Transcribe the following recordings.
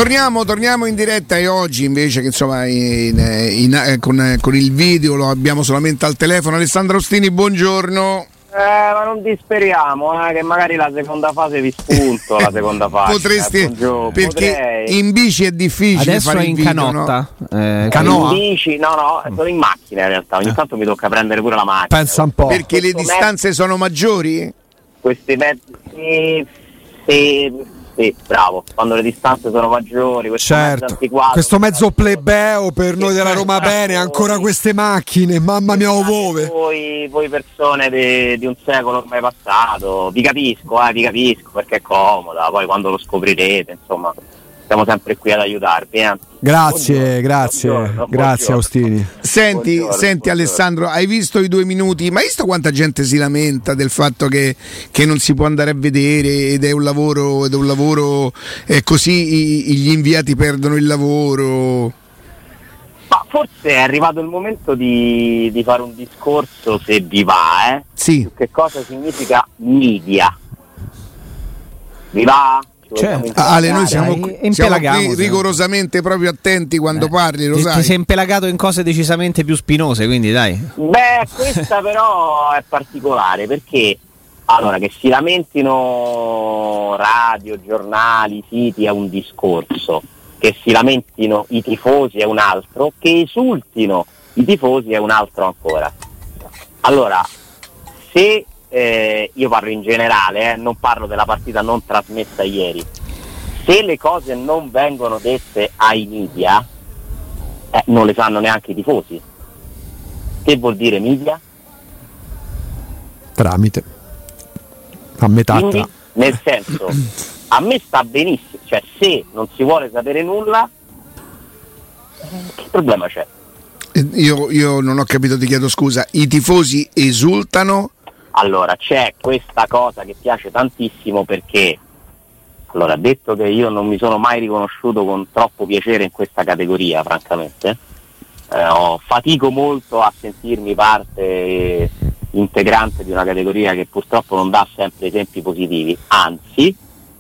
Torniamo in diretta e oggi invece che insomma con il video lo abbiamo solamente al telefono. Alessandro Ostini, buongiorno. Ma non disperiamo, che magari la seconda fase vi spunto la seconda fase. Potresti, perché in bici è difficile. Adesso fare è in il video, canotta. No? Canoa? In bici, no, sono in macchina in realtà. Ogni tanto mi tocca prendere pure la macchina. Pensa un po'. Perché le distanze sono maggiori? Questi mezzi, sì, bravo. Quando le distanze sono maggiori, questo mezzo plebeo per noi della Roma Bene, ancora queste macchine, mamma mia, ovove. Voi persone di un secolo ormai passato, vi capisco perché è comoda, poi quando lo scoprirete, insomma, siamo sempre qui ad aiutarvi. Grazie Ostini. Senti Alessandro, hai visto i 2 minuti? Ma hai visto quanta gente si lamenta del fatto che non si può andare a vedere ed è un lavoro così gli inviati perdono il lavoro? Ma forse è arrivato il momento di fare un discorso, se vi va, Sì. su che cosa significa media. Vi va? Ale, noi siamo qui rigorosamente proprio attenti quando parli, lo sai. Ti sei impelagato in cose decisamente più spinose, quindi dai. Questa però è particolare perché allora che si lamentino radio, giornali, siti è un discorso, che si lamentino i tifosi è un altro, che esultino i tifosi è un altro ancora. Allora, se io parlo in generale, non parlo della partita non trasmessa ieri. Se le cose non vengono dette ai media, non le sanno neanche i tifosi. Che vuol dire media? Tramite. A metà. Quindi, nel senso, a me sta benissimo, cioè se non si vuole sapere nulla, che problema c'è? Io non ho capito, ti chiedo scusa. I tifosi esultano? Allora, c'è questa cosa che piace tantissimo perché, allora, detto che io non mi sono mai riconosciuto con troppo piacere in questa categoria, francamente, fatico molto a sentirmi parte integrante di una categoria che purtroppo non dà sempre esempi positivi, anzi,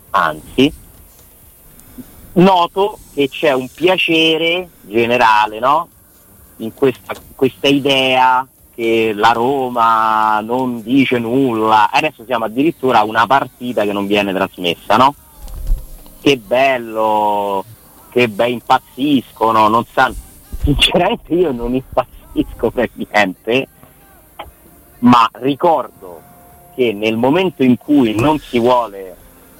noto che c'è un piacere generale, no? In questa idea che la Roma non dice nulla, adesso siamo addirittura a una partita che non viene trasmessa, no? Che bello, impazziscono, non sanno. Sinceramente io non impazzisco per niente, ma ricordo che nel momento in cui non si vuole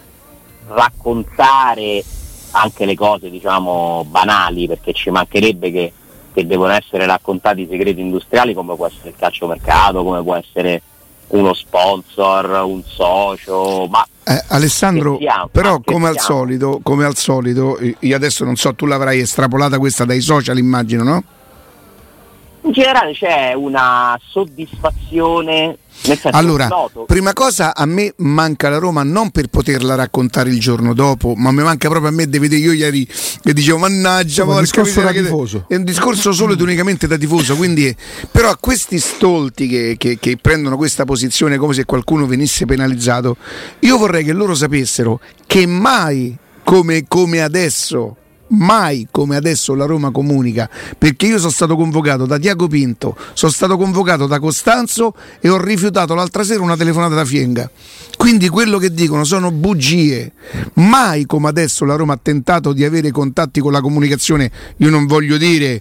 raccontare anche le cose, diciamo, banali, perché ci mancherebbe che devono essere raccontati i segreti industriali, come può essere il calciomercato, come può essere uno sponsor, un socio, ma Alessandro, però come al solito, io adesso non so, tu l'avrai estrapolata questa dai social, immagino, no? In generale c'è una soddisfazione. Allora, prima cosa, a me manca la Roma non per poterla raccontare il giorno dopo, ma mi manca proprio a me di vedere. Io ieri che dicevo mannaggia, un discorso da tifoso. È un discorso solo ed unicamente da tifoso, quindi però a questi stolti che prendono questa posizione come se qualcuno venisse penalizzato, io vorrei che loro sapessero che mai come adesso la Roma comunica, perché io sono stato convocato da Tiago Pinto, sono stato convocato da Costanzo e ho rifiutato l'altra sera una telefonata da Fienga, quindi quello che dicono sono bugie. Mai come adesso la Roma ha tentato di avere contatti con la comunicazione, io non voglio dire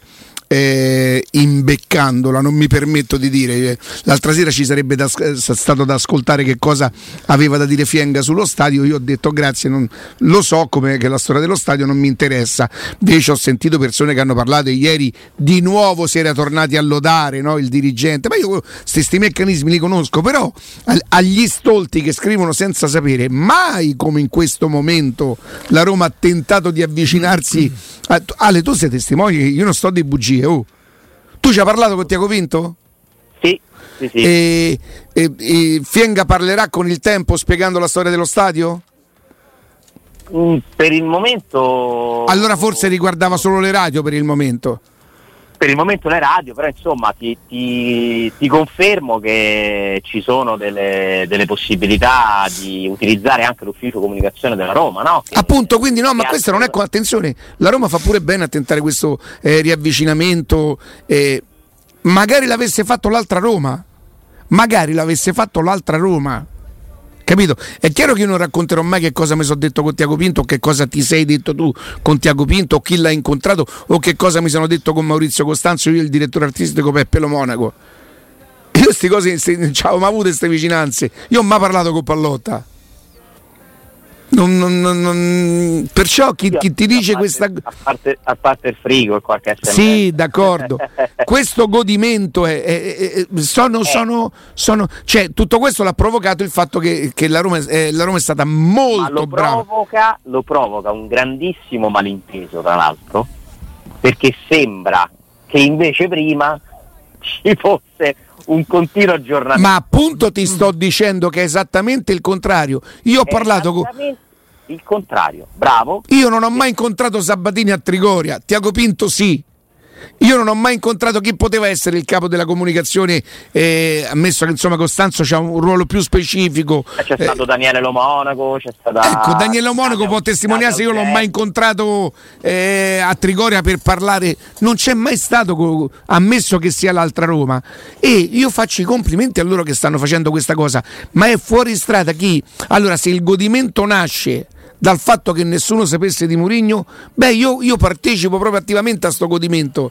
imbeccandola, non mi permetto di dire. L'altra sera ci sarebbe stato da ascoltare che cosa aveva da dire Fienga sullo stadio. Io ho detto grazie, non lo so, come che la storia dello stadio non mi interessa. Invece ho sentito persone che hanno parlato e ieri di nuovo si era tornati a lodare, no, il dirigente. Ma io questi meccanismi li conosco, però agli stolti che scrivono senza sapere, mai come in questo momento la Roma ha tentato di avvicinarsi Ale, tu sei testimone, io non sto di bugie. Tu ci hai parlato con Tiago Pinto? Sì. E Fienga parlerà con il tempo spiegando la storia dello stadio? Per il momento. Allora forse riguardava solo le radio per il momento. per il momento le radio, però insomma ti confermo che ci sono delle possibilità di utilizzare anche l'ufficio comunicazione della Roma, no? Appunto, quindi no, ma questo non è attenzione, la Roma fa pure bene a tentare questo riavvicinamento, magari l'avesse fatto l'altra Roma, capito? È chiaro che io non racconterò mai che cosa mi sono detto con Tiago Pinto, o che cosa ti sei detto tu con Tiago Pinto, o chi l'ha incontrato, o che cosa mi sono detto con Maurizio Costanzo, io il direttore artistico Peppe Lo Monaco. Io queste cose non c'avevo mai avuto queste vicinanze, io non ho mai parlato con Pallotta. Perciò chi ti dice questa, a parte il frigo e qualche SMS. Sì, d'accordo. Questo godimento cioè, tutto questo l'ha provocato il fatto che la Roma è stata molto brava. Lo provoca un grandissimo malinteso, tra l'altro, perché sembra che invece prima ci fosse un continuo aggiornamento. Ma appunto ti sto dicendo che è esattamente il contrario. Io ho parlato con il contrario, bravo. Io non ho mai incontrato Sabatini a Trigoria, Tiago Pinto sì. Io non ho mai incontrato chi poteva essere il capo della comunicazione, ammesso che insomma Costanzo c'ha un ruolo più specifico. C'è stato Daniele Lo Monaco, c'è stata. Ecco, Daniele Lo Monaco può testimoniare se io l'ho mai incontrato a Trigoria per parlare. Non c'è mai stato, ammesso che sia l'altra Roma. E io faccio i complimenti a loro che stanno facendo questa cosa, ma è fuori strada chi. Allora, se il godimento nasce dal fatto che nessuno sapesse di Mourinho, io partecipo proprio attivamente a sto godimento.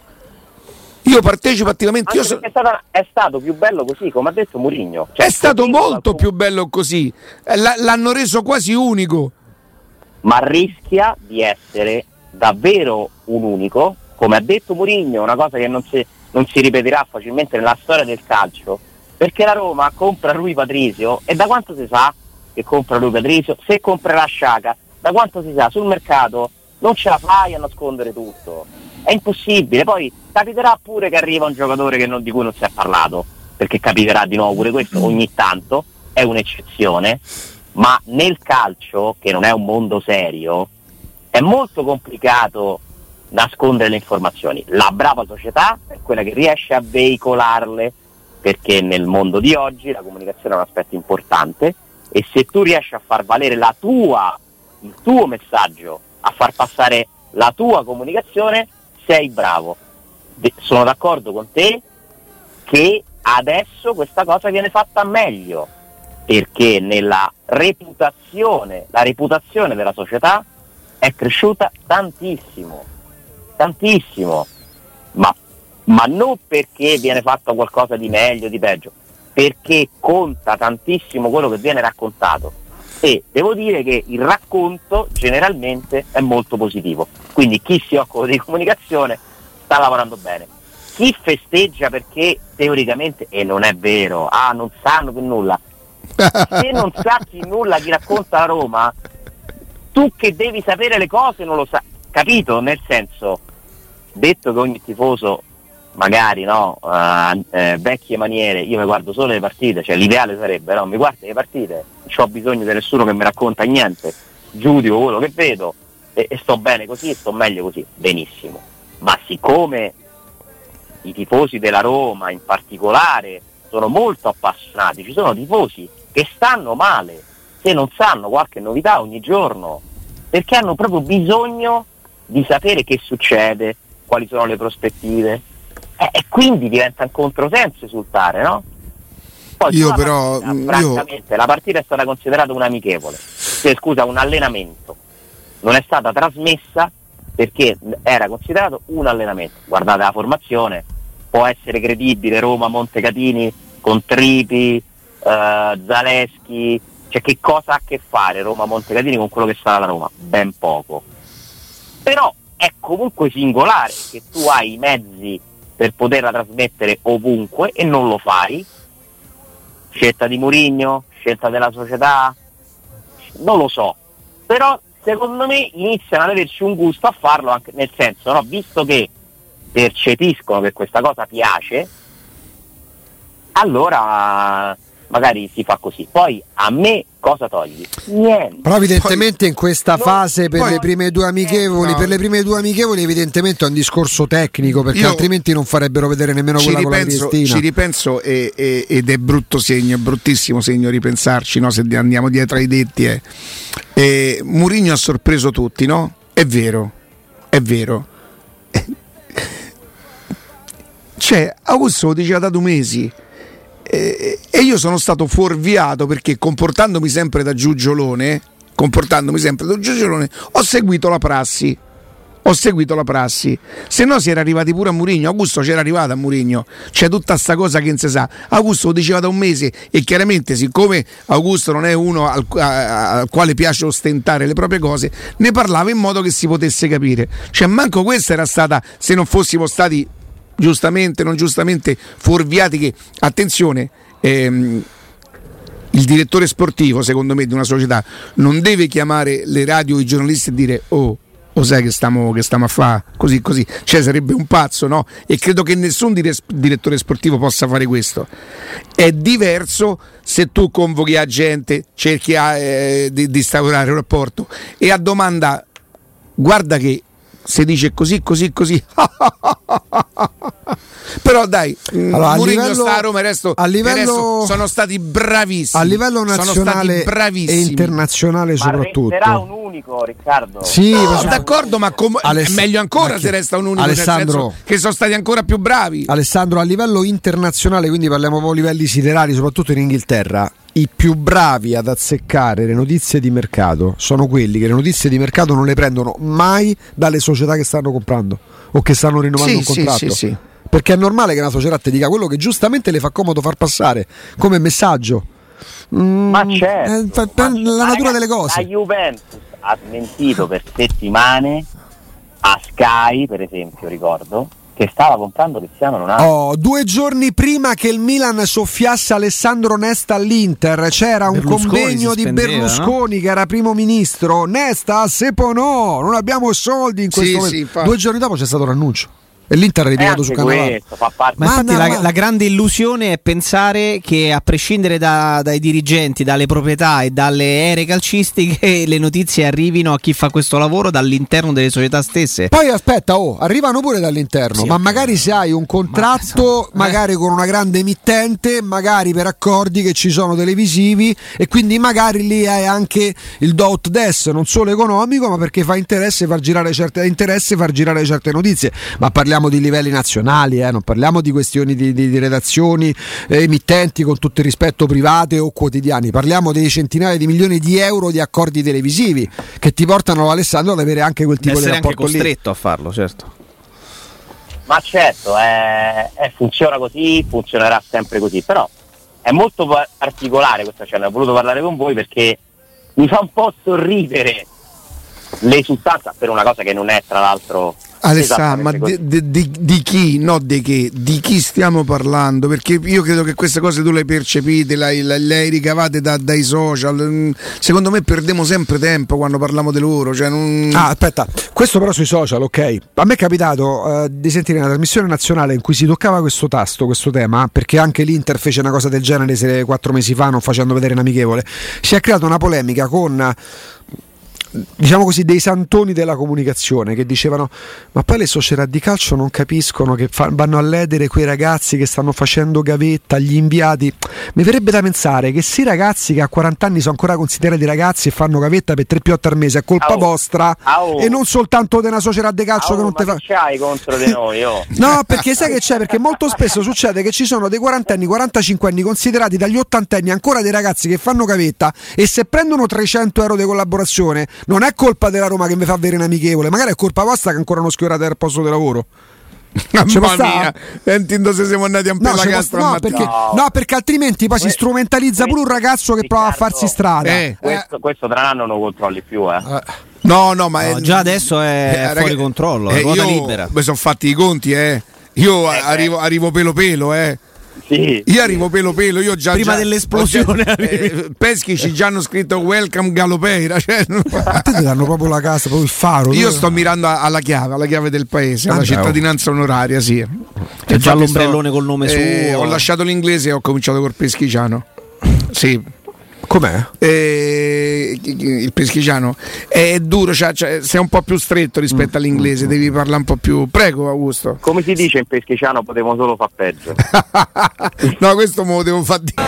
Io partecipo attivamente. È stato più bello così, come ha detto Mourinho. Cioè, è stato molto più bello così. L'hanno reso quasi unico. Ma rischia di essere davvero un unico, come ha detto Mourinho, una cosa che non si ripeterà facilmente nella storia del calcio, perché la Roma compra Rui Patricio, e da quanto si sa che compra Rui Patricio? Se comprerà Sciaca, da quanto si sa? Sul mercato non ce la fai a nascondere tutto, è impossibile. Poi capiterà pure che arriva un giocatore di cui non si è parlato, perché capiterà di nuovo pure questo, ogni tanto, è un'eccezione, ma nel calcio, che non è un mondo serio, è molto complicato nascondere le informazioni. La brava società è quella che riesce a veicolarle, perché nel mondo di oggi la comunicazione è un aspetto importante, e se tu riesci a far valere il tuo messaggio, a far passare la tua comunicazione, sei bravo. Sono d'accordo con te che adesso questa cosa viene fatta meglio, perché la reputazione della società è cresciuta tantissimo, ma non perché viene fatto qualcosa di meglio, di peggio, perché conta tantissimo quello che viene raccontato, e devo dire che il racconto generalmente è molto positivo, quindi chi si occupa di comunicazione sta lavorando bene. Chi festeggia perché teoricamente, e non è vero, non sanno più nulla, se non sa chi nulla chi racconta la Roma, tu che devi sapere le cose non lo sai, capito? Nel senso, detto che ogni tifoso magari vecchie maniere, io mi guardo solo le partite, cioè l'ideale sarebbe mi guardo le partite, non ho bisogno di nessuno che mi racconta niente, giudico quello che vedo e sto bene così e sto meglio così, benissimo. Ma siccome i tifosi della Roma in particolare sono molto appassionati, ci sono tifosi che stanno male se non sanno qualche novità ogni giorno, perché hanno proprio bisogno di sapere che succede, quali sono le prospettive, e quindi diventa un controsenso esultare, no? Poi francamente la partita è stata considerata un amichevole, un allenamento, non è stata trasmessa perché era considerato un allenamento. Guardate la formazione, può essere credibile Roma Montecatini con Tripi, Zaleschi, cioè che cosa ha a che fare Roma Montecatini con quello che sarà la Roma? Ben poco. Però è comunque singolare che tu hai i mezzi per poterla trasmettere ovunque e non lo fai. Scelta di Mourinho, scelta della società, non lo so, però secondo me iniziano ad averci un gusto a farlo, anche nel senso, visto che percepiscono che questa cosa piace, allora magari si fa così. Poi a me cosa togli? Niente. Però evidentemente in questa fase per poi- le prime due amichevoli, no. per le prime due amichevoli evidentemente è un discorso tecnico, perché Io- altrimenti non farebbero vedere nemmeno quella con la ci Triestina. ripenso ed è brutto segno, è bruttissimo segno ripensarci, no? Se andiamo dietro ai detti. Mourinho ha sorpreso tutti, no? È vero. Cioè, Augusto lo diceva da 2 mesi e io sono stato fuorviato perché comportandomi sempre da giugiolone, ho seguito la prassi. Se no si era arrivati pure a Mourinho. Augusto c'era arrivato a Mourinho. C'è tutta sta cosa che non si sa. Augusto lo diceva da 1 mese e chiaramente, siccome Augusto non è uno al quale piace ostentare le proprie cose, ne parlava in modo che si potesse capire. Cioè manco questa era stata, se non fossimo stati giustamente, non giustamente fuorviati, che attenzione, il direttore sportivo secondo me di una società non deve chiamare le radio, i giornalisti e dire oh sai che stiamo a fare così, cioè sarebbe un pazzo, no? E credo che nessun direttore sportivo possa fare questo. È diverso se tu convochi a gente, cerchi di instaurare un rapporto e a domanda guarda che si dice così però dai, allora, Mourinho sta a Roma, il resto sono stati bravissimi a livello nazionale e internazionale soprattutto. Resterà un unico, Riccardo. Sì, d'accordo, ma è meglio ancora se resta un unico, Alessandro, nel senso che sono stati ancora più bravi. Alessandro, a livello internazionale, quindi parliamo proprio a livelli siderali, soprattutto in Inghilterra, i più bravi ad azzeccare le notizie di mercato sono quelli che le notizie di mercato non le prendono mai dalle società che stanno comprando o che stanno rinnovando un contratto. Sì. Perché è normale che una società ti dica quello che giustamente le fa comodo far passare come messaggio. Ma certo, la natura delle cose. La Juventus ha smentito per settimane a Sky, per esempio, ricordo, che stava comprando Cristiano Ronaldo. 2 giorni prima che il Milan soffiasse Alessandro Nesta all'Inter c'era un convegno di Berlusconi, no? Che era primo ministro. Nesta, Sepo no, non abbiamo soldi in questo momento. 2 giorni dopo c'è stato l'annuncio e l'Inter ha ripiegato su Cannavaro. Ma infatti la grande illusione è pensare che, a prescindere dai dirigenti, dalle proprietà e dalle ere calcistiche, le notizie arrivino a chi fa questo lavoro dall'interno delle società stesse. Poi aspetta, arrivano pure dall'interno, sì, ma magari se hai un contratto magari con una grande emittente, magari per accordi che ci sono televisivi, e quindi magari lì hai anche il do ut des, non solo economico, ma perché fa interesse far girare certe notizie. Ma parliamo di livelli nazionali, non parliamo di questioni di redazioni, emittenti, con tutto il rispetto, private o quotidiani. Parliamo di centinaia di milioni di euro di accordi televisivi che ti portano, Alessandro, ad avere anche quel tipo di rapporto anche costretto a farlo, certo. Ma certo, funziona così, funzionerà sempre così, però è molto particolare questa scena. Ho voluto parlare con voi perché mi fa un po' sorridere l'esultanza per una cosa che non è, tra l'altro, Alessandro, ma di chi, no di che, di chi stiamo parlando? Perché io credo che queste cose tu le percepite, le hai ricavate dai social. Secondo me perdiamo sempre tempo quando parliamo di loro. Cioè aspetta, questo però sui social, ok? A me è capitato di sentire una trasmissione nazionale in cui si toccava questo tema, perché anche l'Inter fece una cosa del genere 4 mesi fa, non facendo vedere un amichevole. Si è creata una polemica con, diciamo così, dei santoni della comunicazione che dicevano: ma poi le società di calcio non capiscono che vanno a ledere quei ragazzi che stanno facendo gavetta, gli inviati. Mi verrebbe da pensare che se i ragazzi che a 40 anni sono ancora considerati ragazzi e fanno gavetta per 3 piotte al mese è colpa vostra e non soltanto di una società di calcio che non te fa. Ma che c'hai contro di noi? No, perché sai che c'è? Perché molto spesso succede che ci sono dei 40 anni, 45 anni considerati dagli 80 anni ancora dei ragazzi che fanno gavetta, e se prendono 300 euro di collaborazione non è colpa della Roma che mi fa avere un amichevole, magari è colpa vostra che ancora non schiorate al posto di lavoro. Mamma mia, sentendo se siamo andati a la castro perché altrimenti poi si strumentalizza pure un ragazzo che prova a farsi strada. Questo tra l'anno non lo controlli più, No, ma già adesso è fuori controllo, è ruota libera. Mi sono fatti i conti, Io arrivo pelo, Sì, io arrivo pelo, io già prima dell'esplosione. Peschi ci già hanno scritto welcome Galopeira, cioè, a te ti danno proprio la casa, proprio il faro. Io sto mirando alla chiave del paese, alla cittadinanza onoraria, sì. C'è già l'ombrellone col nome suo. Ho lasciato l'inglese e ho cominciato col peschigiano. Sì. Com'è? Il peschigiano è duro, sei un po' più stretto rispetto all'inglese, devi parlare un po' più. Prego, Augusto. Come si dice in peschigiano, potevo solo far peggio. No, questo me lo devo far dire.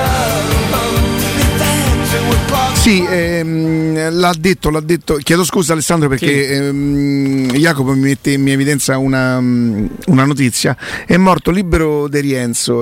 Sì, l'ha detto. Chiedo scusa Alessandro perché Jacopo mi mette in evidenza una notizia. È morto Libero De Rienzo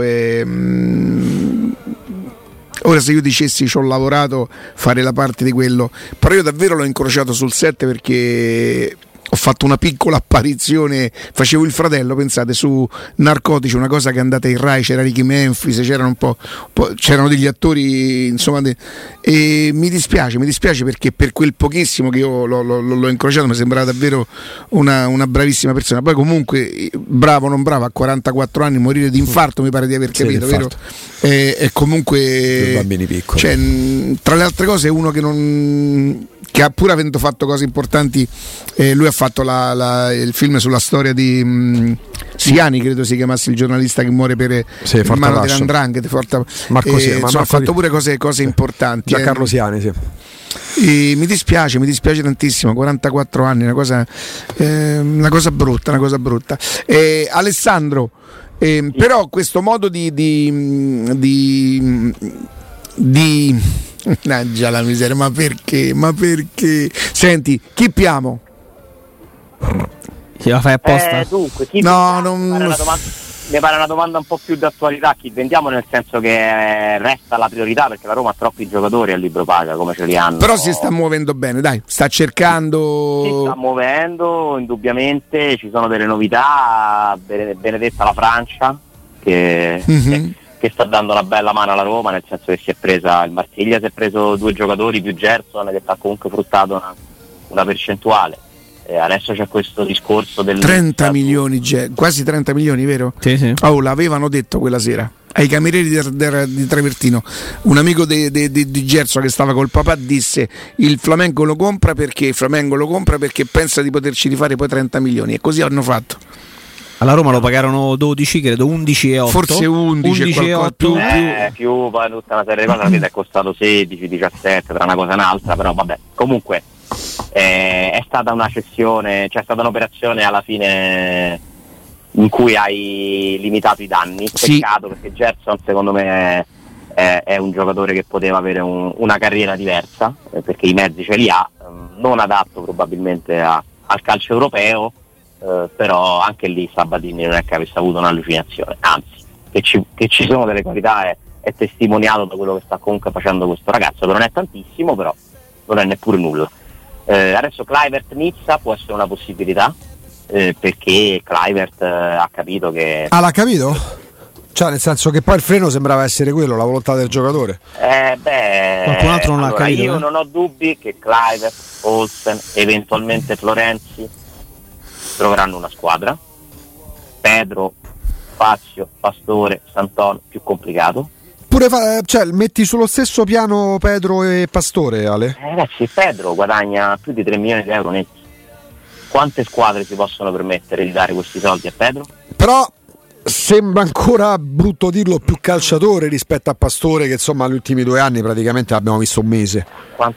ora se io dicessi ci ho lavorato, fare la parte di quello, però io davvero l'ho incrociato sul set perché ho fatto una piccola apparizione, facevo il fratello, pensate, su Narcotici, una cosa che è andata in Rai, c'era Ricky Memphis, c'erano degli attori, insomma, e mi dispiace perché per quel pochissimo che io l'ho incrociato mi sembrava davvero una bravissima persona. Poi comunque bravo o non bravo, a 44 anni morire di infarto mi pare di aver capito, vero? È comunque per bambini piccoli, cioè, tra le altre cose è uno che pur avendo fatto cose importanti, lui ha fatto il film sulla storia di Siani, credo si chiamasse il giornalista che muore per in mano dell'Andrangheta, Marco Siani, ma ha fatto pure cose importanti. Giancarlo Siani, sì. E mi dispiace tantissimo, 44 anni, una cosa brutta. Alessandro, però questo modo di mannaggia la miseria, ma perché? Senti, chi piamo? Chi la fai apposta? Dunque, mi pare una domanda un po' più d'attualità. Chi vendiamo, nel senso che resta la priorità, perché la Roma ha troppi giocatori al libro paga come ce li hanno. Però si sta muovendo bene, dai, sta cercando. Si sta muovendo, indubbiamente ci sono delle novità. Benedetta la Francia che sta dando una bella mano alla Roma, nel senso che si è presa il Marsiglia, si è preso 2 giocatori più Gerson, che sta comunque fruttato una percentuale. Adesso c'è questo discorso del 30 milioni, quasi 30 milioni, vero? Sì. Oh, l'avevano detto quella sera ai camerieri di Travertino. Un amico di Gerson che stava col papà disse: il Flamengo lo compra perché pensa di poterci rifare poi 30 milioni, e così hanno fatto. Alla Roma lo pagarono 12, credo 11 e 8. Forse 11 e 8 più poi tutta una serie di cose, alla fine è costato 16, 17 tra una cosa e un'altra, però vabbè, comunque è stata una cessione, cioè è stata un'operazione alla fine in cui hai limitato i danni. Peccato, perché Gerson secondo me è un giocatore che poteva avere una carriera diversa, perché i mezzi ce li ha, non adatto probabilmente al calcio europeo. Però anche lì Sabatini non è che avesse avuto un'allucinazione, anzi che ci sono delle qualità è testimoniato da quello che sta comunque facendo questo ragazzo, che non è tantissimo, però non è neppure nulla. Adesso Kluivert-Nizza può essere una possibilità, perché Kluivert ha capito che... l'ha capito? Cioè, nel senso che poi il freno sembrava essere quello, la volontà del giocatore. Qualcun altro non l'ha capito. Io non ho dubbi che Kluivert, Olsen, eventualmente Florenzi troveranno una squadra. Pedro, Fazio, Pastore, Santon più complicato. Pure cioè, metti sullo stesso piano Pedro e Pastore, Ale? Ragazzi, Pedro guadagna più di 3 milioni di euro netti. Quante squadre si possono permettere di dare questi soldi a Pedro? Però sembra ancora, brutto dirlo, più calciatore rispetto a Pastore, che insomma negli ultimi 2 anni praticamente l'abbiamo visto un mese.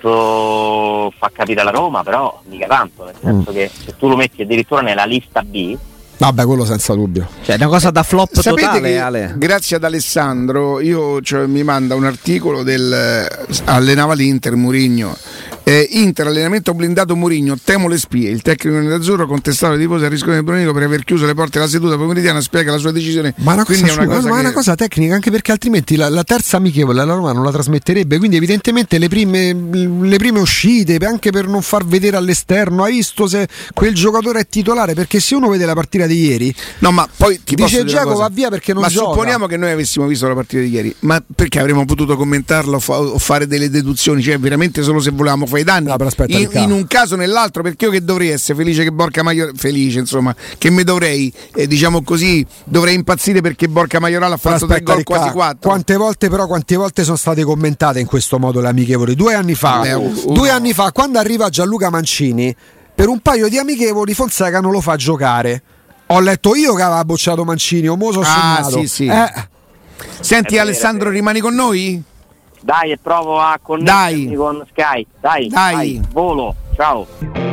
Quanto fa capire la Roma, però mica tanto, nel senso che se tu lo metti addirittura nella lista B, vabbè, quello senza dubbio. Cioè, è una cosa da flop. Sapete totale, che, Ale. Grazie ad Alessandro, mi manda un articolo allenava l'Inter Mourinho. Inter, allenamento blindato Mourinho, temo le spie. Il tecnico nerazzurro contestato ai tifosi a rischio del Brunico per aver chiuso le porte della seduta pomeridiana, spiega la sua decisione. Ma è una cosa tecnica, anche perché altrimenti la terza amichevole la Roma non la trasmetterebbe, quindi evidentemente le prime uscite, anche per non far vedere all'esterno, hai visto se quel giocatore è titolare, perché se uno vede la partita di ieri, no, ma poi ti dice Giacomo va via perché non gioca. Ma supponiamo che noi avessimo visto la partita di ieri, ma perché avremmo potuto commentarla o fare delle deduzioni, cioè veramente solo se volevamo fare i danni, in un caso o nell'altro, perché io che dovrei essere felice che Borca Maioral, felice insomma, che mi dovrei diciamo così, dovrei impazzire perché Borca Maioral ha fatto 3 gol, quasi 4. Quante volte sono state commentate in questo modo le amichevoli? 2 anni fa, 2 anni fa, quando arriva Gianluca Mancini, per un paio di amichevoli Fonseca non lo fa giocare. Ho letto io che aveva bocciato Mancini, o mo so sognato. Sì. Senti Alessandro, rimani con noi? Dai, e provo a connettermi con Sky. Dai, volo. Ciao.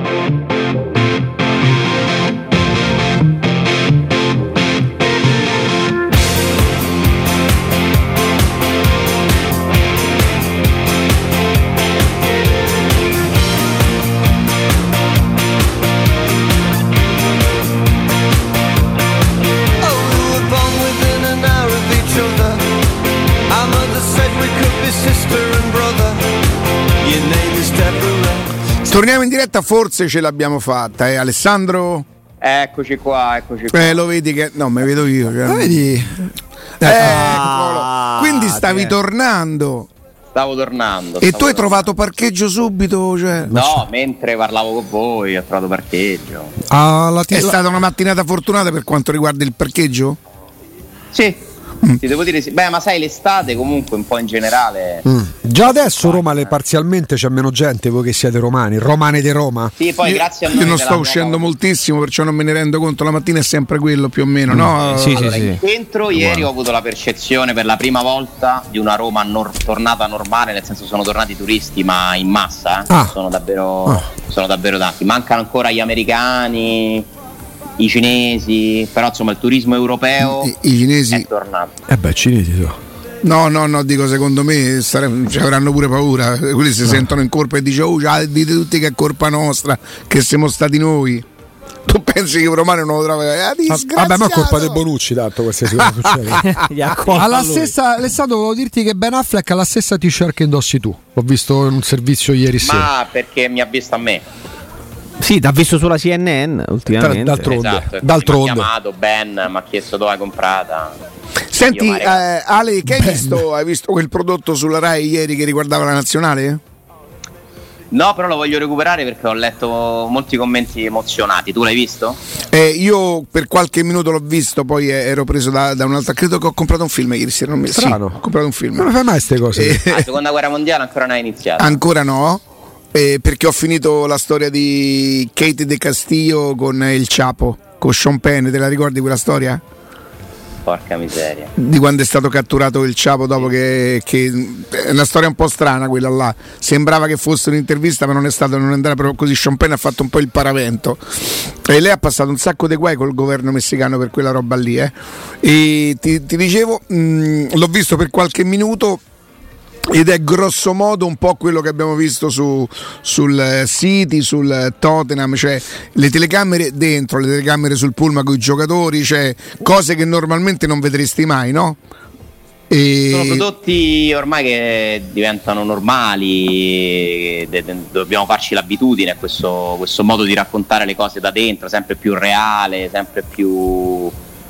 Torniamo in diretta, forse ce l'abbiamo fatta, Alessandro? Eccoci qua. Lo vedi che... No, me vedo io. Cioè... Lo vedi? Quindi stavi tornando. Stavo tornando. E tu hai trovato parcheggio subito? Cioè... No, mentre parlavo con voi ho trovato parcheggio. È stata una mattinata fortunata per quanto riguarda il parcheggio? Sì. Ti devo dire sì. Beh, ma sai, l'estate comunque un po' in generale. Già adesso Roma parzialmente c'è meno gente, voi che siete romane di Roma. Sì, poi grazie a noi. Io non sto uscendo moltissimo, perciò non me ne rendo conto. La mattina è sempre quello più o meno, no? Sì. In centro ieri ho avuto la percezione per la prima volta di una Roma tornata normale, nel senso sono tornati i turisti, ma in massa. Sono davvero tanti. Mancano ancora gli americani, i cinesi, però insomma il turismo europeo i cinesi è tornato. Cinesi tu. No, dico, secondo me ci avranno pure paura. Quelli si sentono in colpa e dicono dite tutti che è colpa nostra, che siamo stati noi. Tu pensi che i romani non lo trovano? Vabbè, ma è colpa dei Bonucci, tanto qualsiasi cosa succede. Alla stessa, Alessandro, volevo dirti che Ben Affleck ha la stessa t-shirt che indossi tu. L'ho visto in un servizio ieri sera. Ma perché mi ha visto a me? Sì, t'ha visto sulla CNN ultimamente. D'altronde. Mi ha chiamato Ben, mi ha chiesto dove hai comprata. Senti, Ale, che hai visto quel prodotto sulla Rai ieri che riguardava la nazionale? No, però lo voglio recuperare perché ho letto molti commenti emozionati. Tu l'hai visto? Io per qualche minuto l'ho visto, poi ero preso da un'altra. Credo che ho comprato un film ieri sera. Strano. Sì, ho comprato un film. Non fai mai queste cose? La seconda guerra mondiale ancora non è iniziata. Ancora no. Perché ho finito la storia di Kate De Castillo con il Chapo, con Sean Penn. Te la ricordi quella storia? Porca miseria. Di quando è stato catturato il Chapo dopo che è una storia un po' strana quella là. Sembrava che fosse un'intervista, ma non è stato, non andava proprio così. Sean Penn ha fatto un po' il paravento e lei ha passato un sacco di guai col governo messicano per quella roba lì. E ti dicevo, l'ho visto per qualche minuto. Ed è grosso modo un po' quello che abbiamo visto sul City, sul Tottenham, cioè le telecamere dentro, le telecamere sul pullman con i giocatori, cioè cose che normalmente non vedresti mai, no? Sono prodotti ormai che diventano normali, dobbiamo farci l'abitudine a questo modo di raccontare le cose da dentro, sempre più reale, sempre più...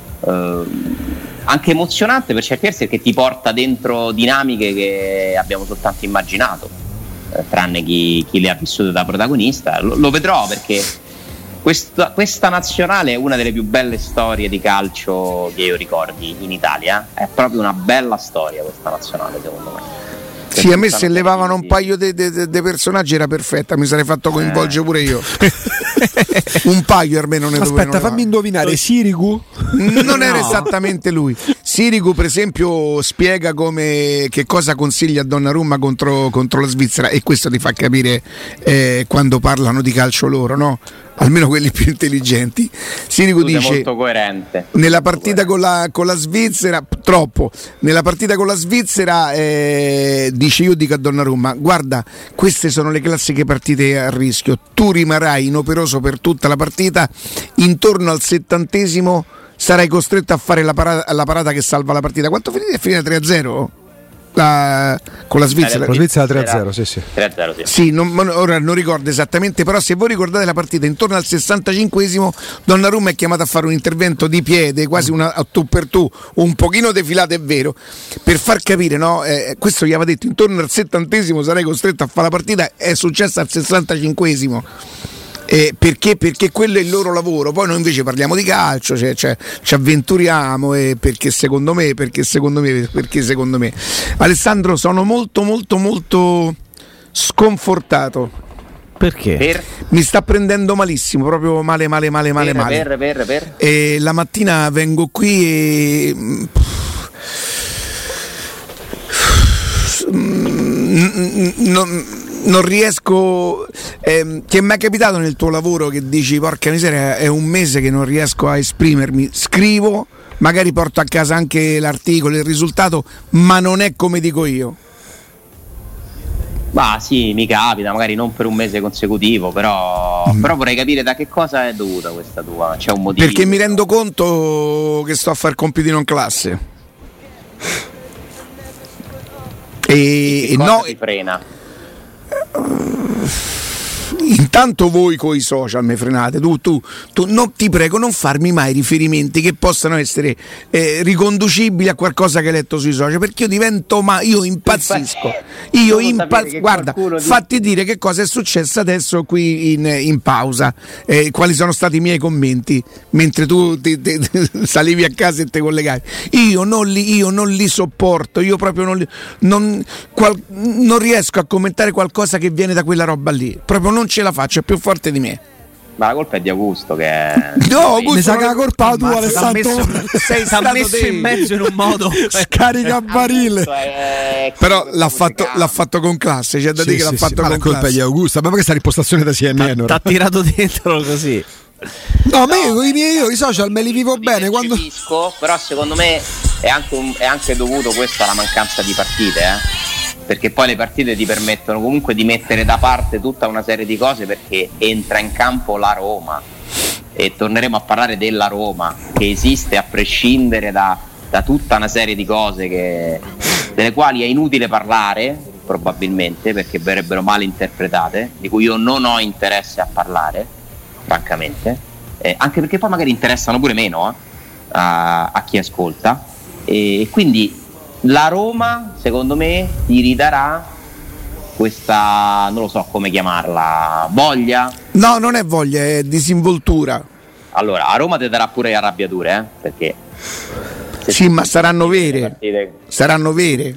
anche emozionante per certi versi, perché ti porta dentro dinamiche che abbiamo soltanto immaginato, tranne chi le ha vissute da protagonista. Lo vedrò, perché questa nazionale è una delle più belle storie di calcio che io ricordi in Italia. È proprio una bella storia questa nazionale, secondo me. Sì, a me se levavano un paio di personaggi era perfetta, mi sarei fatto coinvolgere pure io. Un paio almeno ne dovevano. Aspetta, fammi indovinare, Sirigu? Non era esattamente lui. Sirigu, per esempio, spiega che cosa consiglia a Donnarumma contro la Svizzera, e questo ti fa capire quando parlano di calcio loro, no? Almeno quelli più intelligenti. Sirigu dice: molto coerente. Nella partita con la Svizzera, troppo. Nella partita con la Svizzera, dice, io dico a Donnarumma: guarda, queste sono le classiche partite a rischio. Tu rimarrai inoperoso per tutta la partita. Intorno al 70° sarai costretto a fare la parata che salva la partita. Quanto finite? È finita 3-0? Con la Svizzera. La Svizzera 3-0, sì. 3-0, sì. Sì, ora non ricordo esattamente, però se voi ricordate la partita, intorno al 65° Donnarumma è chiamato a fare un intervento di piede, quasi una tu per tu, un pochino defilato, è vero, per far capire, no? Questo gli aveva detto: intorno al 70° sarei costretto a fare la partita. È successo al 65°. Perché quello è il loro lavoro. Poi noi invece parliamo di calcio, ci avventuriamo, perché secondo me Alessandro, sono molto molto molto sconfortato. Perché? Mi sta prendendo malissimo, proprio male. E la mattina vengo qui e non riesco, che mi è capitato nel tuo lavoro che dici porca miseria, è un mese che non riesco a esprimermi, scrivo, magari porto a casa anche l'articolo, il risultato, ma non è come dico io. Ma sì, mi capita, magari non per un mese consecutivo, però vorrei capire da che cosa è dovuta questa tua, c'è un motivo? Perché mi rendo conto che sto a fare compitino in classe e no, ti frena? Intanto voi coi social mi frenate, tu non, ti prego, non farmi mai riferimenti che possano essere riconducibili a qualcosa che hai letto sui social, perché io divento io impazzisco, guarda, fatti dire che cosa è successo adesso qui in pausa, quali sono stati i miei commenti mentre tu salivi a casa e te collegavi. Io non li sopporto, io proprio non riesco a commentare qualcosa che viene da quella roba lì, proprio non ce la faccio, è più forte di me. Ma la colpa è di Augusto che no, Augusto, mi sa che la colpa tu, Alessandro, sei stato messo in mezzo in un modo scarica barile. Però l'ha fatto con classe, c'è da dire che l'ha fatto con la colpa classe. È di Augusto, ma questa l'impostazione da CNN t'ha tirato dentro così. No, io i social me li vivo bene quando... Però secondo me è anche dovuto questo alla mancanza di partite, perché poi le partite ti permettono comunque di mettere da parte tutta una serie di cose, perché entra in campo la Roma e torneremo a parlare della Roma, che esiste a prescindere da tutta una serie di cose delle quali è inutile parlare probabilmente, perché verrebbero male interpretate, di cui io non ho interesse a parlare francamente, anche perché poi magari interessano pure meno a chi ascolta, e quindi la Roma secondo me ti ridarà questa, non lo so come chiamarla, voglia? No, non è voglia, è disinvoltura. Allora, a Roma ti darà pure le arrabbiature, perché sì, ma saranno vere. Saranno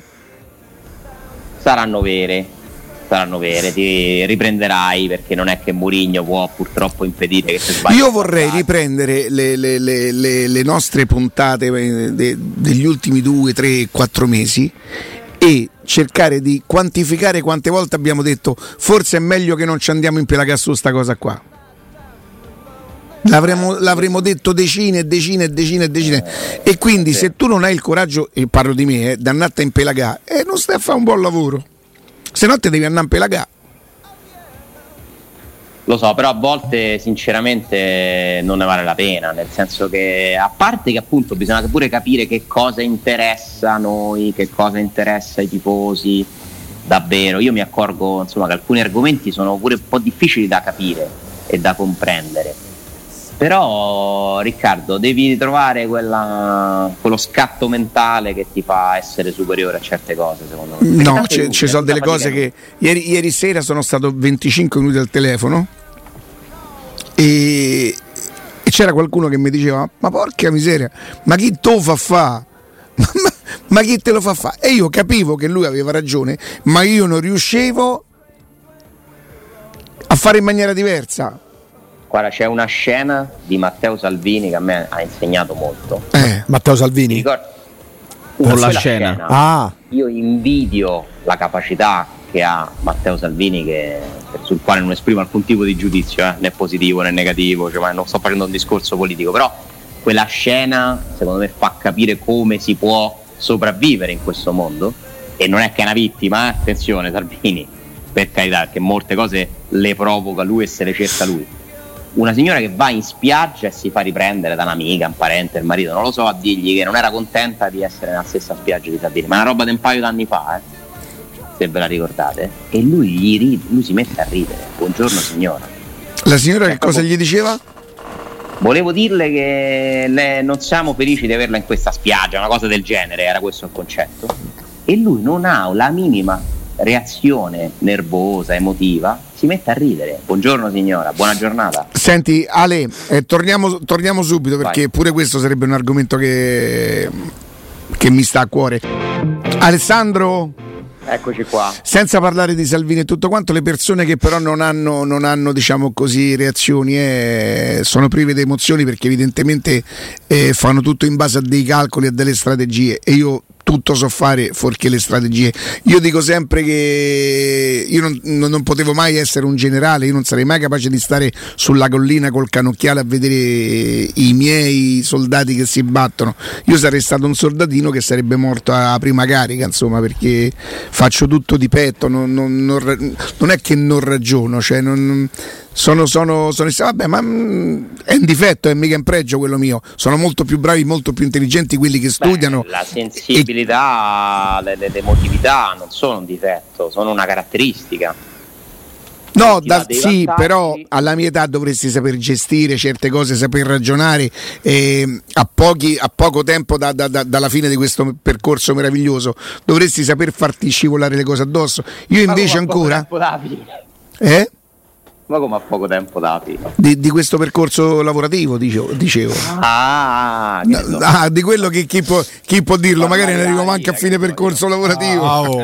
vere, ti riprenderai, perché non è che Mourinho può purtroppo impedire che si sbagli. Io vorrei riprendere le nostre puntate degli ultimi 2, 3, 4 mesi e cercare di quantificare quante volte abbiamo detto forse è meglio che non ci andiamo in pelagà su sta cosa qua. L'avremo detto decine e quindi se tu non hai il coraggio, e parlo di me, d'annata in pelagà, non stai a fare un buon lavoro. Se no te devi andare in pelagà. Lo so, però a volte sinceramente non ne vale la pena, nel senso che, a parte che appunto bisogna pure capire che cosa interessa a noi, che cosa interessa ai tifosi davvero. Io mi accorgo insomma che alcuni argomenti sono pure un po' difficili da capire e da comprendere, però Riccardo devi trovare quello scatto mentale che ti fa essere superiore a certe cose, secondo me. No, ci sono delle cose che ieri sera sono stato 25 minuti al telefono e c'era qualcuno che mi diceva ma porca miseria, ma chi te lo fa fa? Ma chi te lo fa fa? E io capivo che lui aveva ragione, ma io non riuscivo a fare in maniera diversa. Guarda, c'è una scena di Matteo Salvini che a me ha insegnato molto. Matteo Salvini? Con la scena. Io invidio la capacità che ha Matteo Salvini, sul quale non esprimo alcun tipo di giudizio, né positivo né negativo, cioè, non sto facendo un discorso politico, però quella scena secondo me fa capire come si può sopravvivere in questo mondo, e non è che è una vittima, attenzione Salvini, per carità, perché molte cose le provoca lui e se le cerca lui. Una signora che va in spiaggia e si fa riprendere da un'amica, un parente, il marito, non lo so, a dirgli che non era contenta di essere nella stessa spiaggia di Salvini, ma è una roba di un paio d'anni fa, se ve la ricordate, e lui si mette a ridere. Buongiorno signora. La signora che cosa gli diceva? Volevo dirle che non siamo felici di averla in questa spiaggia, una cosa del genere, era questo il concetto, e lui non ha la minima reazione nervosa, emotiva, si mette a ridere. Buongiorno signora, buona giornata. Senti Ale, torniamo subito, perché vai. Pure questo sarebbe un argomento che mi sta a cuore. Alessandro, eccoci qua. Senza parlare di Salvini e tutto quanto, le persone che però non hanno diciamo così reazioni sono prive di emozioni, perché evidentemente fanno tutto in base a dei calcoli e delle strategie, e io tutto so fare fuorché le strategie. Io dico sempre che io non potevo mai essere un generale, io non sarei mai capace di stare sulla collina col cannocchiale a vedere i miei soldati che si battono. Io sarei stato un soldatino che sarebbe morto a prima carica, insomma, perché faccio tutto di petto, non è che non ragiono, cioè sono vabbè, ma è un difetto, è mica un pregio quello mio. Sono molto più bravi, molto più intelligenti quelli che studiano. La sensibilità, l'emotività non sono un difetto, sono una caratteristica. No, sì, però alla mia età dovresti saper gestire certe cose, saper ragionare, a poco tempo dalla fine di questo percorso meraviglioso dovresti saper farti scivolare le cose addosso. Io invece ancora Ma come a poco tempo dati? Di questo percorso lavorativo, dicevo. Di quello che chi può dirlo, magari ne arrivo manco a fine percorso lavorativo.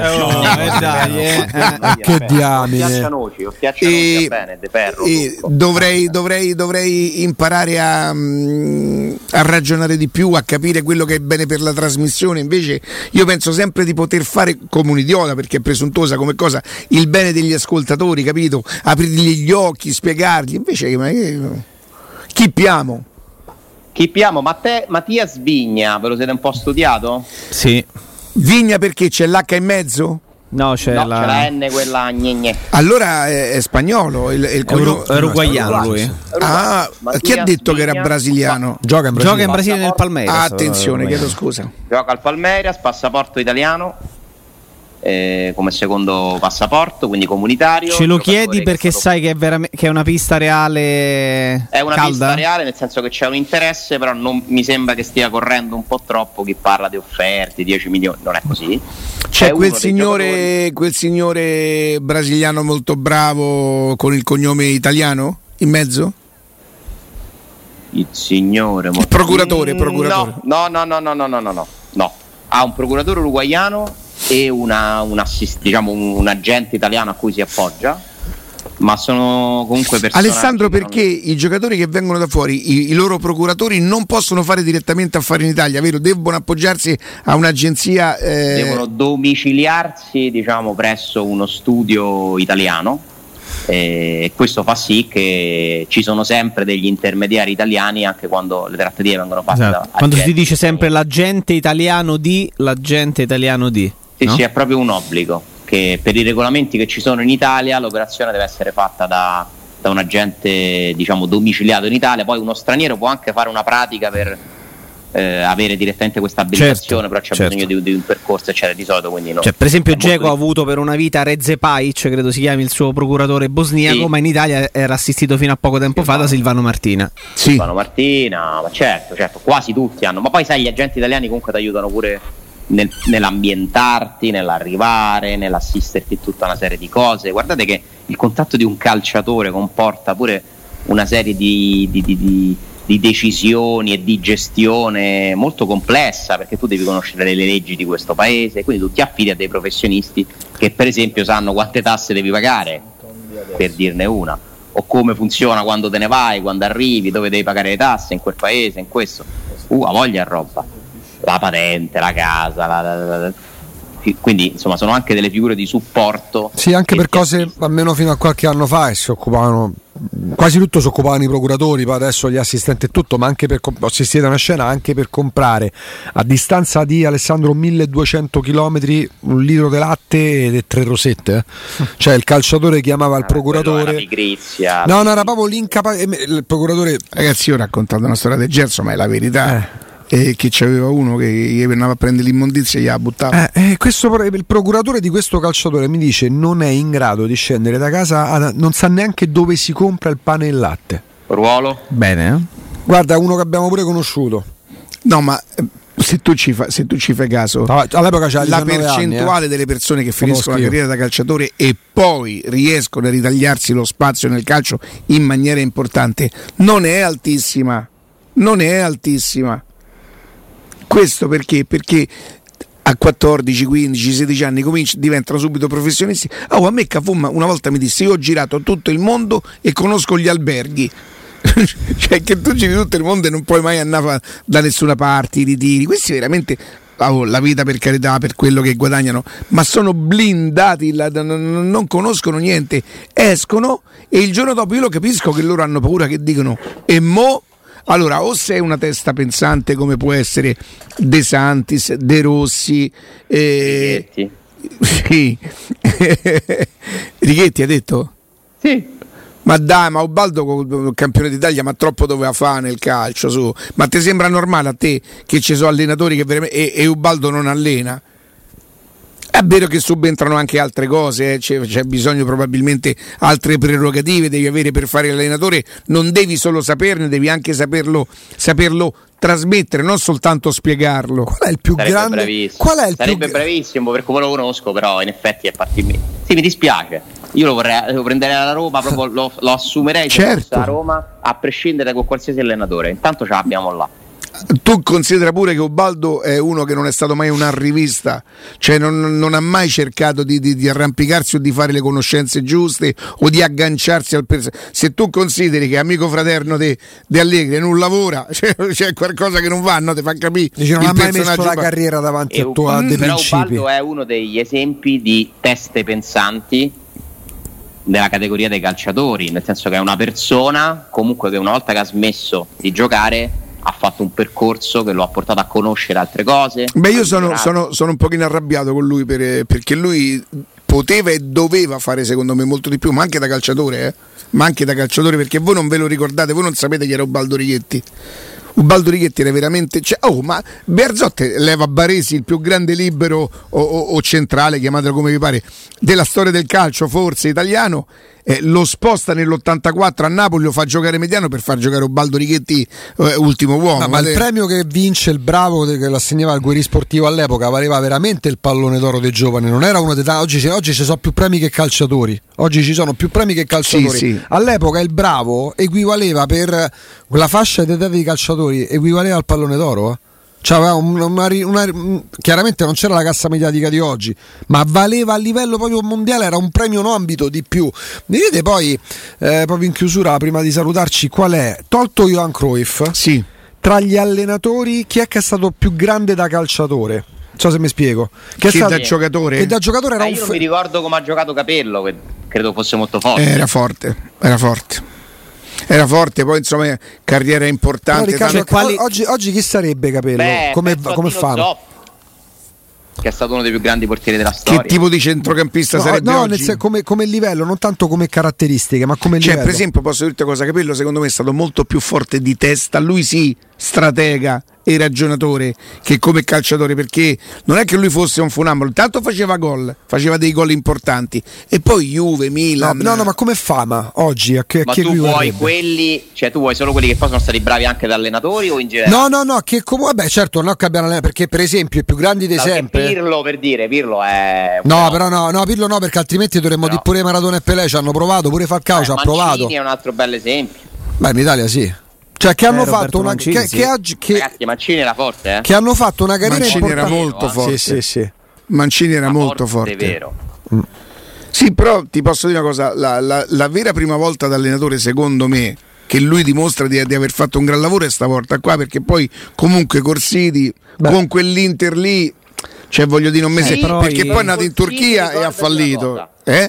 Che diamine. Occhiaccianoci va bene, de ferro. Dovrei imparare a ragionare di più, a capire quello che è bene per la trasmissione. Invece io penso sempre di poter fare come un idiota, perché è presuntuosa come cosa, il bene degli ascoltatori, capito? Aprirgli gli occhi, spiegargli. Invece chippiamo. Mattias Vigna, ve lo siete un po' studiato? Sì. Vigna perché c'è l'H in mezzo? No, c'è la N, quella gne. Allora è spagnolo, il cognome è uruguaiano lui. Chi ha detto che era brasiliano? Gioca in Brasile nel Palmeiras. Attenzione, chiedo scusa. Gioca al Palmeiras, passaporto italiano. Come secondo passaporto, quindi comunitario. Ce lo chiedi perché sai che è una pista reale? È una calda? Pista reale, nel senso che c'è un interesse, però non mi sembra che stia correndo un po' troppo chi parla di offerte, 10 milioni, non è così. C'è quel signore brasiliano molto bravo con il cognome italiano in mezzo? Il signore il procuratore. No. Ha un procuratore uruguaiano e un agente italiano a cui si appoggia, ma sono comunque personaggi. Alessandro, perché i giocatori che vengono da fuori, i loro procuratori non possono fare direttamente affari in Italia, vero? Devono appoggiarsi a un'agenzia, devono domiciliarsi, presso uno studio italiano, e questo fa sì che ci sono sempre degli intermediari italiani anche quando le trattative vengono fatte quando si dice sempre l'agente italiano di Sì, è proprio un obbligo, che per i regolamenti che ci sono in Italia l'operazione deve essere fatta da un agente domiciliato in Italia. Poi uno straniero può anche fare una pratica per avere direttamente questa abilitazione, però c'è bisogno di un percorso eccetera, di solito, quindi no. Per esempio Dzeko ha avuto per una vita Reze Pajic, credo si chiami il suo procuratore bosniaco, sì. Ma in Italia era assistito fino a poco tempo fa da Silvano Martina. Sì. Silvano Martina, ma certo, quasi tutti hanno, ma poi sai, gli agenti italiani comunque ti aiutano pure nell'ambientarti, nell'arrivare, nell'assisterti in tutta una serie di cose. Guardate che il contatto di un calciatore comporta pure una serie di decisioni e di gestione molto complessa, perché tu devi conoscere le leggi di questo paese, quindi tu ti affidi a dei professionisti che per esempio sanno quante tasse devi pagare, per dirne una, o come funziona quando te ne vai, quando arrivi, dove devi pagare le tasse in quel paese, in questo. Ha voglia roba, la patente, la casa, quindi insomma sono anche delle figure di supporto. Sì, anche per cose almeno fino a qualche anno fa si occupavano, quasi tutto si occupavano i procuratori, poi adesso gli assistenti e tutto, ma anche ho assistito a una scena anche per comprare a distanza di Alessandro 1200 km un litro di latte e 3 rosette. Cioè il calciatore chiamava il procuratore. No, era proprio il procuratore. Ragazzi, io ho raccontato una storia del Gerson, ma è la verità. E che c'aveva uno che gli veniva a prendere l'immondizia e gliela buttava. Il procuratore di questo calciatore mi dice non è in grado di scendere da casa, non sa neanche dove si compra il pane e il latte. Ruolo? Bene. Guarda, uno che abbiamo pure conosciuto. No, ma se tu ci fai caso, all'epoca c'era la percentuale delle persone che finiscono la carriera da calciatore e poi riescono a ritagliarsi lo spazio nel calcio in maniera importante non è altissima. Questo perché a 14, 15, 16 anni diventano subito professionisti. A me Cafumma una volta mi disse: io ho girato tutto il mondo e conosco gli alberghi. Cioè che tu giri tutto il mondo e non puoi mai andare da nessuna parte, i ritiri. Questi veramente la vita per carità, per quello che guadagnano, ma sono blindati, non conoscono niente, escono e il giorno dopo io lo capisco che loro hanno paura, che dicono e mo? Allora, o sei una testa pensante come può essere De Santis, De Rossi, sì. Righetti ha detto? Sì. Ma dai, ma Ubaldo campione d'Italia, ma troppo doveva fare nel calcio, su. Ma ti sembra normale a te che ci sono allenatori che veramente e Ubaldo non allena? È vero che subentrano anche altre cose, c'è bisogno probabilmente altre prerogative devi avere per fare l'allenatore, non devi solo saperne, devi anche saperlo trasmettere, non soltanto spiegarlo. Qual è il più grande? Sarebbe bravissimo, per come lo conosco, però in effetti è partito. Sì, mi dispiace. Io lo prenderei alla Roma, proprio lo assumerei certo. A Roma, a prescindere da qualsiasi allenatore. Intanto ce l'abbiamo là. Tu considera pure che Ubaldo è uno che non è stato mai un arrivista, cioè non ha mai cercato di arrampicarsi o di fare le conoscenze giuste o di agganciarsi al se tu consideri che è amico fraterno di Allegri e non lavora, c'è qualcosa che non va, no? Ti fa capire. Dice, non ha mai messo la carriera davanti a dei però principi. Ubaldo è uno degli esempi di teste pensanti nella categoria dei calciatori, nel senso che è una persona comunque che una volta che ha smesso di giocare ha fatto un percorso che lo ha portato a conoscere altre cose. Beh, io sono un pochino arrabbiato con lui perché lui poteva e doveva fare secondo me molto di più, ma anche da calciatore, perché voi non ve lo ricordate, voi non sapete chi era Ubaldo Righetti. Ubaldo Righetti era veramente ma Bearzot leva Baresi, il più grande libero o centrale, chiamatelo come vi pare, della storia del calcio, forse italiano, lo sposta nell'84 a Napoli, lo fa giocare mediano per far giocare Ubaldo Righetti, ultimo uomo. Ma il premio che vince il Bravo, che l'assegnava al Guerri Sportivo all'epoca, valeva veramente il pallone d'oro dei giovani, non era uno dei oggi ci sono più premi che calciatori. Oggi ci sono più premi che calciatori. Sì. All'epoca il Bravo equivaleva, per la fascia d'età dei calciatori, equivaleva al pallone d'oro. Cioè, chiaramente non c'era la cassa mediatica di oggi, ma valeva a livello proprio mondiale, era un premio in ambito di più. Mi dite poi, proprio in chiusura, prima di salutarci, qual è, tolto Johan Cruyff, sì, tra gli allenatori chi è che è stato più grande da calciatore? Non so se mi spiego. Che da giocatore? Che da giocatore era io non mi ricordo come ha giocato Capello, che credo fosse molto forte. Era forte, poi insomma carriera importante. Riccardo, oggi chi sarebbe Capello? Come fanno? Che è stato uno dei più grandi portieri della storia. Che tipo di centrocampista sarebbe oggi? Come livello, non tanto come caratteristiche, ma come livello. Per esempio, posso dirti cosa, Capello secondo me è stato molto più forte di testa, lui sì, stratega e ragionatore, che come calciatore, perché non è che lui fosse un funambolo, intanto faceva dei gol importanti, e poi Juve, Milan. No, ma come fama oggi? Ma tu vuoi quelli, cioè tu vuoi solo quelli che poi sono stati bravi anche da allenatori o in generale? No, che vabbè, certo, non che abbiano allenato, perché per esempio i più grandi di sempre. Pirlo, per dire, Pirlo è Pirlo no, perché altrimenti dovremmo dire pure Maradona e Pelé ci hanno provato, pure Falcao ci ha provato. Mancini è un altro bel esempio. Beh, in Italia sì. Cioè che hanno fatto una Mancini, ragazzi, Mancini era forte, che hanno fatto una carriera Mancini importante. era molto forte. Sì. Mancini era molto forte. È vero. Sì, però ti posso dire una cosa, la vera prima volta da allenatore, secondo me, che lui dimostra di aver fatto un gran lavoro è stavolta qua, perché poi comunque Corsiti con quell'Inter lì, cioè voglio dire, non mese, perché poi è nato in Turchia e ha fallito.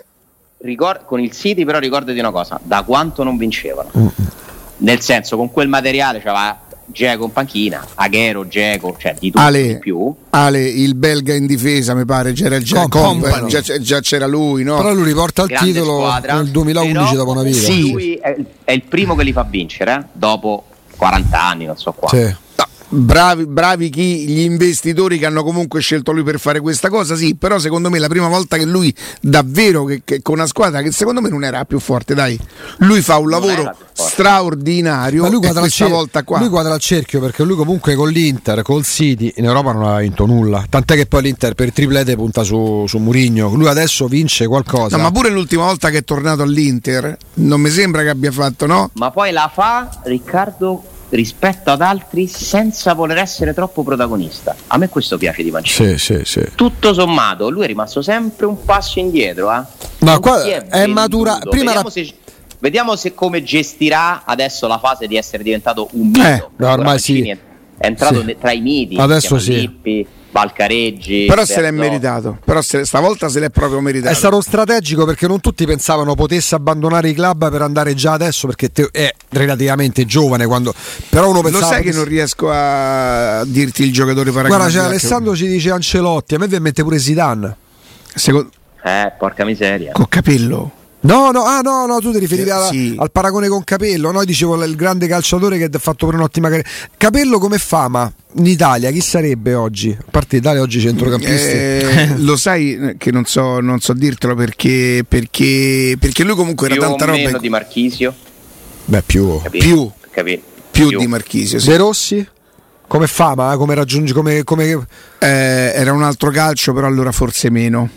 Con il City però ricordati una cosa, da quanto non vincevano. Nel senso, con quel materiale c'aveva Dzeko in panchina, Aguero, Dzeko, cioè di tutto di più. Il belga in difesa, mi pare, c'era il Dzeko, già c'era lui, no? Però lui riporta il grande titolo squadra, nel 2011 dopo una vita. Sì. Lui è il primo che li fa vincere, dopo 40 anni, non so quanto. Sì. Bravi gli investitori che hanno comunque scelto lui per fare questa cosa, sì, però secondo me la prima volta che lui davvero che con una squadra che secondo me non era più forte, dai, lui fa un lavoro straordinario, ma lui questa volta qua lui quadra il cerchio, perché lui comunque con l'Inter, col City in Europa non ha vinto nulla, tant'è che poi l'Inter per il triplete punta su Mourinho, lui adesso vince qualcosa. No, ma pure l'ultima volta che è tornato all'Inter non mi sembra che abbia fatto, no? Ma poi la fa, Riccardo, rispetto ad altri, senza voler essere troppo protagonista. A me questo piace di Mancini. Sì. Tutto sommato lui è rimasto sempre un passo indietro, ma qua è matura. Vediamo se come gestirà adesso la fase di essere diventato un mito. Ormai sì. È entrato tra i miti. Adesso sì. Lippi, Balcareggi. Però se l'è meritato, stavolta se l'è proprio meritato. È stato strategico perché non tutti pensavano potesse abbandonare i club per andare già adesso, perché è relativamente giovane, però uno pensava. Lo sai che non riesco a dirti il giocatore paragonabile. Guarda, Alessandro ci dice Ancelotti, a me viene in mente pure Zidane. Porca miseria. Con Capello. No, tu ti riferivi al paragone con Capello. No, dicevo il grande calciatore che ha fatto pure un'ottima carriera. Capello come fama in Italia chi sarebbe oggi? A parte l'Italia oggi centrocampisti. Lo sai che non so dirtelo perché lui comunque era tanta roba. Meno di Marchisio. Beh, più di Marchisio. Sì. De Rossi? Come fama, come raggiungi come era un altro calcio, però allora forse meno.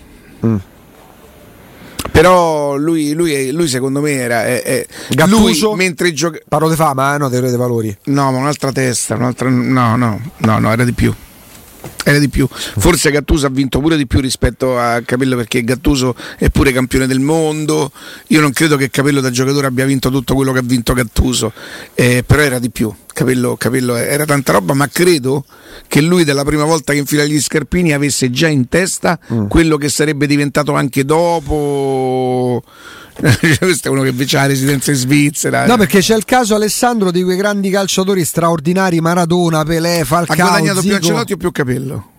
Però lui secondo me era Gattuso, lui mentre gioca. Parlo di fama, no, dei valori. No, ma un'altra testa, no, era di più. Forse Gattuso ha vinto pure di più rispetto a Capello, perché Gattuso è pure campione del mondo. Io non credo che Capello da giocatore abbia vinto tutto quello che ha vinto Gattuso, però era di più. Capello era tanta roba, ma credo che lui dalla prima volta che infila gli scarpini avesse già in testa quello che sarebbe diventato anche dopo. Questo è uno che invece ha residenza in Svizzera. No, perché c'è il caso, Alessandro, di quei grandi calciatori straordinari, Maradona, Pelé, Falcao. Ha guadagnato Zico. più Ancelotti o più Capello?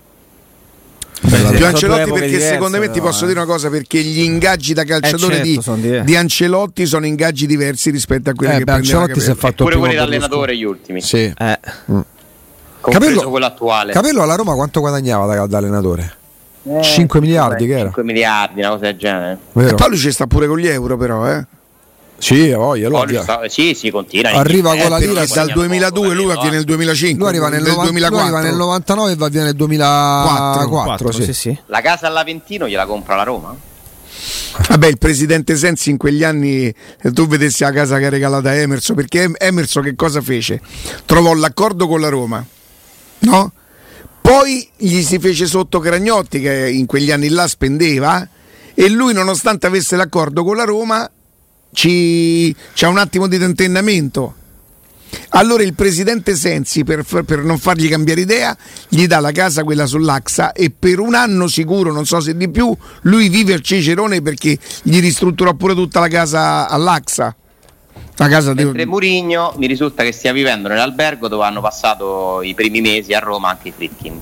Più Ancelotti, perché secondo me ti posso dire una cosa, perché gli ingaggi da calciatore di Ancelotti sono ingaggi diversi rispetto a quelli che prendeva Ancelotti si è fatto pure quelli da allenatore gli ultimi. Sì. Compreso quello attuale. Capello alla Roma quanto guadagnava da allenatore? 5 miliardi che era? 5 miliardi, una cosa del genere. E Paolo ci sta pure con gli euro, però, Sì, voglia, sì, continua. Arriva con la lira dal 2002, lui va via nel 2005. Lui arriva nel 2004. Lui arriva nel 99 e va via nel 2004. Sì. La casa all'Aventino gliela compra la Roma? Vabbè, il presidente Sensi in quegli anni, tu vedessi la casa che ha regalato a Emerson, perché Emerson che cosa fece? Trovò l'accordo con la Roma, no? Poi gli si fece sotto Cragnotti, che in quegli anni là spendeva, e lui, nonostante avesse l'accordo con la Roma, c'ha un attimo di tentennamento. Allora il presidente Sensi, per non fargli cambiare idea, gli dà la casa, quella sull'Axa, e per un anno sicuro, non so se di più, lui vive al Cicerone, perché gli ristrutturò pure tutta la casa all'Axa. Mentre Mourinho mi risulta che stia vivendo nell'albergo dove hanno passato i primi mesi a Roma anche i Friedkin.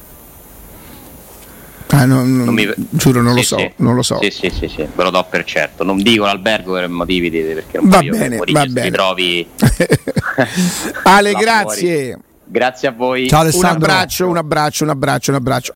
Giuro, non lo so. Sì, ve lo do per certo. Non dico l'albergo per motivi perché non va bene. Si trovi. Ale, grazie. Grazie a voi. Ciao Alessandro. Un abbraccio.